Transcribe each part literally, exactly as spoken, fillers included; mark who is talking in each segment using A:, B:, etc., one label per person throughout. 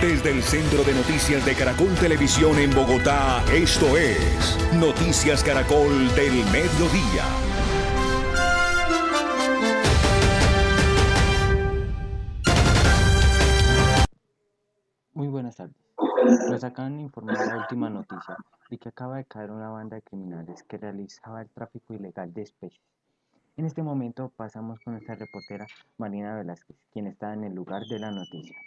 A: Desde el Centro de Noticias de Caracol Televisión en Bogotá, esto es Noticias Caracol del Mediodía.
B: Muy buenas tardes. Nos acaban de informar la última noticia de que acaba de caer una banda de criminales que realizaba el tráfico ilegal de especies. En este momento pasamos con nuestra reportera Marina Velázquez, quien está en el lugar de la noticia.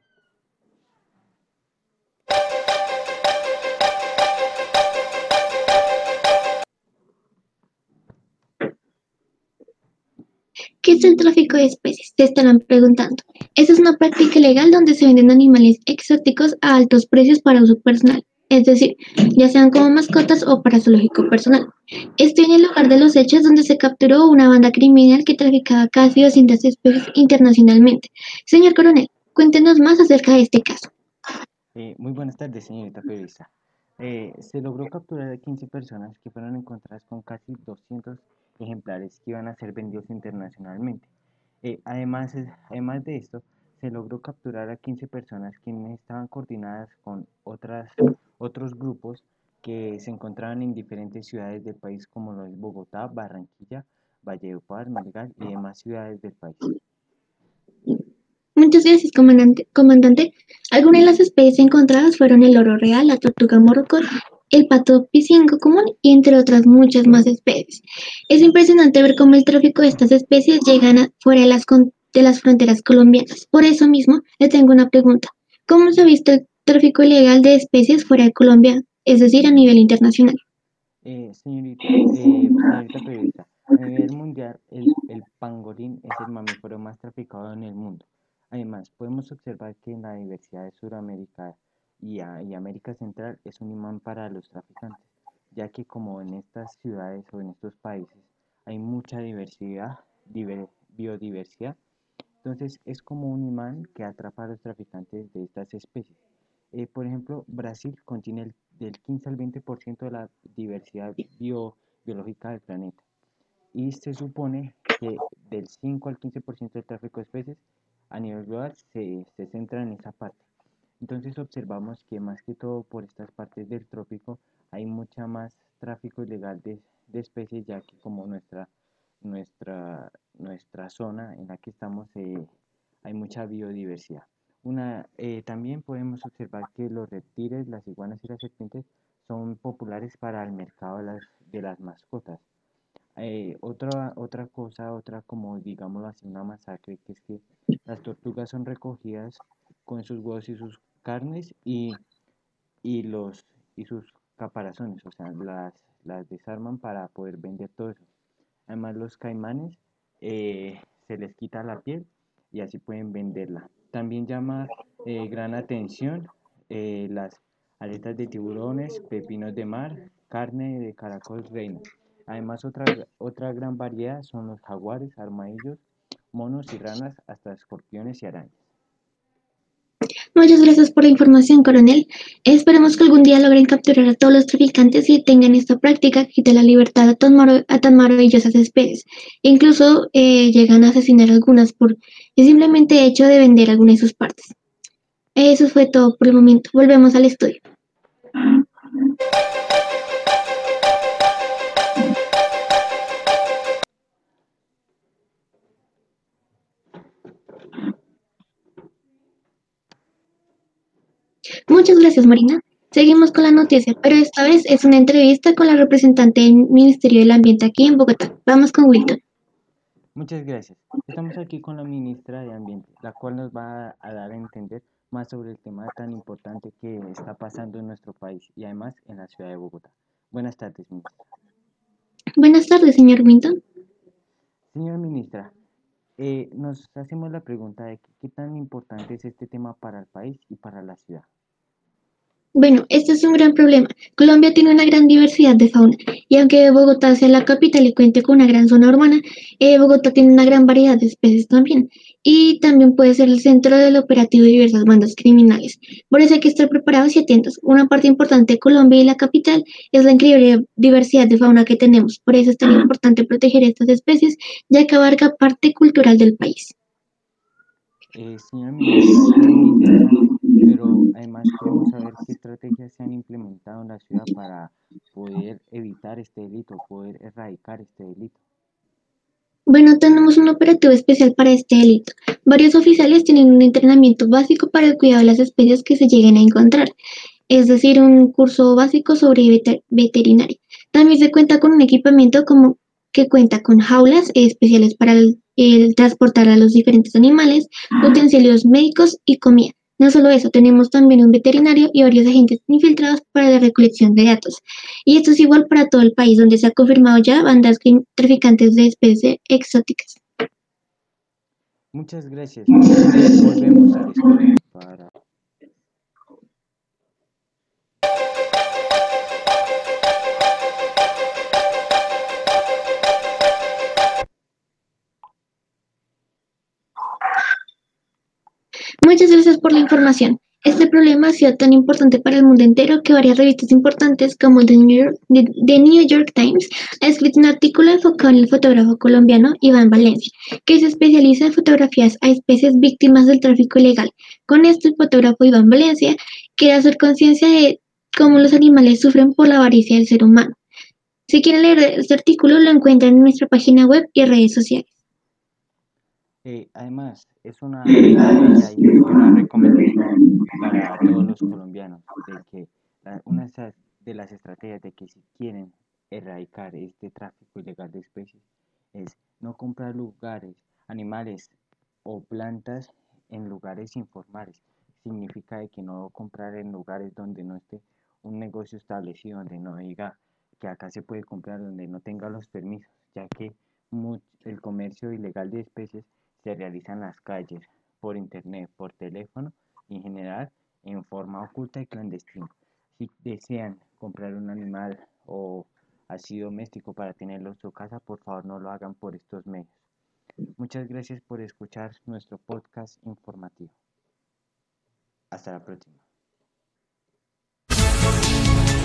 C: ¿Qué es el tráfico de especies? Se estarán preguntando. Esta es una práctica ilegal donde se venden animales exóticos a altos precios para uso personal, es decir, ya sean como mascotas o para zoológico personal. Estoy en el lugar de los hechos donde se capturó una banda criminal que traficaba casi doscientas especies internacionalmente. Señor coronel, cuéntenos más acerca de este caso.
B: Eh, muy buenas tardes, señorita periodista. Eh, se logró capturar a quince personas que fueron encontradas con casi doscientos ejemplares que iban a ser vendidos internacionalmente. Eh, además, es- además de esto, se logró capturar a quince personas quienes estaban coordinadas con otras, otros grupos que se encontraban en diferentes ciudades del país como lo es Bogotá, Barranquilla, Valledupar, Melgar y demás ciudades del país.
C: Muchas gracias, comandante. comandante. Algunas de las especies encontradas fueron el loro real, la tortuga morrocoy, el pato picingo común y entre otras muchas más especies. Es impresionante ver cómo el tráfico de estas especies llegan a- fuera de las, con- de las fronteras colombianas. Por eso mismo, le tengo una pregunta. ¿Cómo se ha visto el tráfico ilegal de especies fuera de Colombia, es decir, a nivel internacional?
B: Eh, señorita, eh, señorita periodista, a nivel mundial, el, el pangolín es el mamífero más traficado en el mundo. Además, podemos observar que en la diversidad de Sudamérica y, a- y América Central es un imán para los traficantes, ya que como en estas ciudades o en estos países hay mucha diversidad, diver- biodiversidad, entonces es como un imán que atrapa a los traficantes de estas especies. Eh, por ejemplo, Brasil contiene el, del quince al veinte por ciento de la diversidad bio- biológica del planeta y se supone que del cinco al quince por ciento del tráfico de especies a nivel global se, se centra en esa parte. Entonces observamos que más que todo por estas partes del trópico hay mucha más tráfico ilegal de, de especies, ya que como nuestra, nuestra, nuestra zona en la que estamos eh, hay mucha biodiversidad. Una, eh, también podemos observar que los reptiles, las iguanas y las serpientes son populares para el mercado de las, de las mascotas. Eh, otra, otra cosa, otra como digámoslo así, una masacre, que es que las tortugas son recogidas con sus huevos y sus carnes y, y, los, y sus caparazones, o sea, las, las desarman para poder vender todo eso. Además, los caimanes eh, se les quita la piel y así pueden venderla. También llama eh, gran atención eh, las aletas de tiburones, pepinos de mar, carne de caracol reino. Además, otra, otra gran variedad son los jaguares, armadillos, monos y ranas, hasta escorpiones y arañas.
C: Muchas gracias por la información, coronel. Esperemos que algún día logren capturar a todos los traficantes y tengan esta práctica que quita la libertad a tan, marav- a tan maravillosas especies. Incluso eh, llegan a asesinar algunas por el simplemente hecho de vender alguna de sus partes. Eso fue todo por el momento. Volvemos al estudio. Muchas gracias, Marina. Seguimos con la noticia, pero esta vez es una entrevista con la representante del Ministerio del Ambiente aquí en Bogotá. Vamos con Wilton.
B: Muchas gracias. Estamos aquí con la ministra de Ambiente, la cual nos va a dar a entender más sobre el tema tan importante que está pasando en nuestro país y además en la ciudad de Bogotá. Buenas tardes, ministra.
C: Buenas tardes, señor Wilton.
B: Señora ministra, eh, nos hacemos la pregunta de que, qué tan importante es este tema para el país y para la ciudad.
C: Bueno, este es un gran problema. Colombia tiene una gran diversidad de fauna y aunque Bogotá sea la capital y cuente con una gran zona urbana, eh, Bogotá tiene una gran variedad de especies también y también puede ser el centro del operativo de diversas bandas criminales. Por eso hay que estar preparados y atentos. Una parte importante de Colombia y la capital es la increíble diversidad de fauna que tenemos. Por eso es tan importante proteger estas especies ya que abarca parte cultural del país.
B: Eh, señora ministra, es muy interesante. pero además queremos saber qué estrategias se han implementado en la ciudad para poder evitar este delito, poder erradicar este delito.
C: Bueno, tenemos un operativo especial para este delito. Varios oficiales tienen un entrenamiento básico para el cuidado de las especies que se lleguen a encontrar, es decir, un curso básico sobre veter- veterinaria. También se cuenta con un equipamiento como que cuenta con jaulas especiales para el, el transportar a los diferentes animales, utensilios médicos y comida. No solo eso, tenemos también un veterinario y varios agentes infiltrados para la recolección de datos. Y esto es igual para todo el país, donde se ha confirmado ya bandas crim- traficantes de especies exóticas.
B: Muchas gracias. Ya volvemos al estudio para...
C: Muchas gracias por la información. Este problema ha sido tan importante para el mundo entero que varias revistas importantes como The New York, The- The New York Times ha escrito un artículo enfocado en el fotógrafo colombiano Iván Valencia, que se especializa en fotografías a especies víctimas del tráfico ilegal. Con esto, el fotógrafo Iván Valencia quiere hacer conciencia de cómo los animales sufren por la avaricia del ser humano. Si quieren leer este artículo, lo encuentran en nuestra página web y redes sociales.
B: Eh, además, es una estrategia y, y una recomendación para todos los colombianos de que la- una de esas- de las estrategias de que si quieren erradicar este tráfico ilegal de especies es no comprar lugares, animales o plantas en lugares informales. Significa de que no comprar en lugares donde no esté un negocio establecido, donde no diga que acá se puede comprar, donde no tenga los permisos, ya que mu- el comercio ilegal de especies se realiza en las calles, por internet, por teléfono y en general en forma oculta y clandestina. Si desean comprar un animal o así doméstico para tenerlo en su casa, por favor no lo hagan por estos medios. Muchas gracias por escuchar nuestro podcast informativo. Hasta la próxima.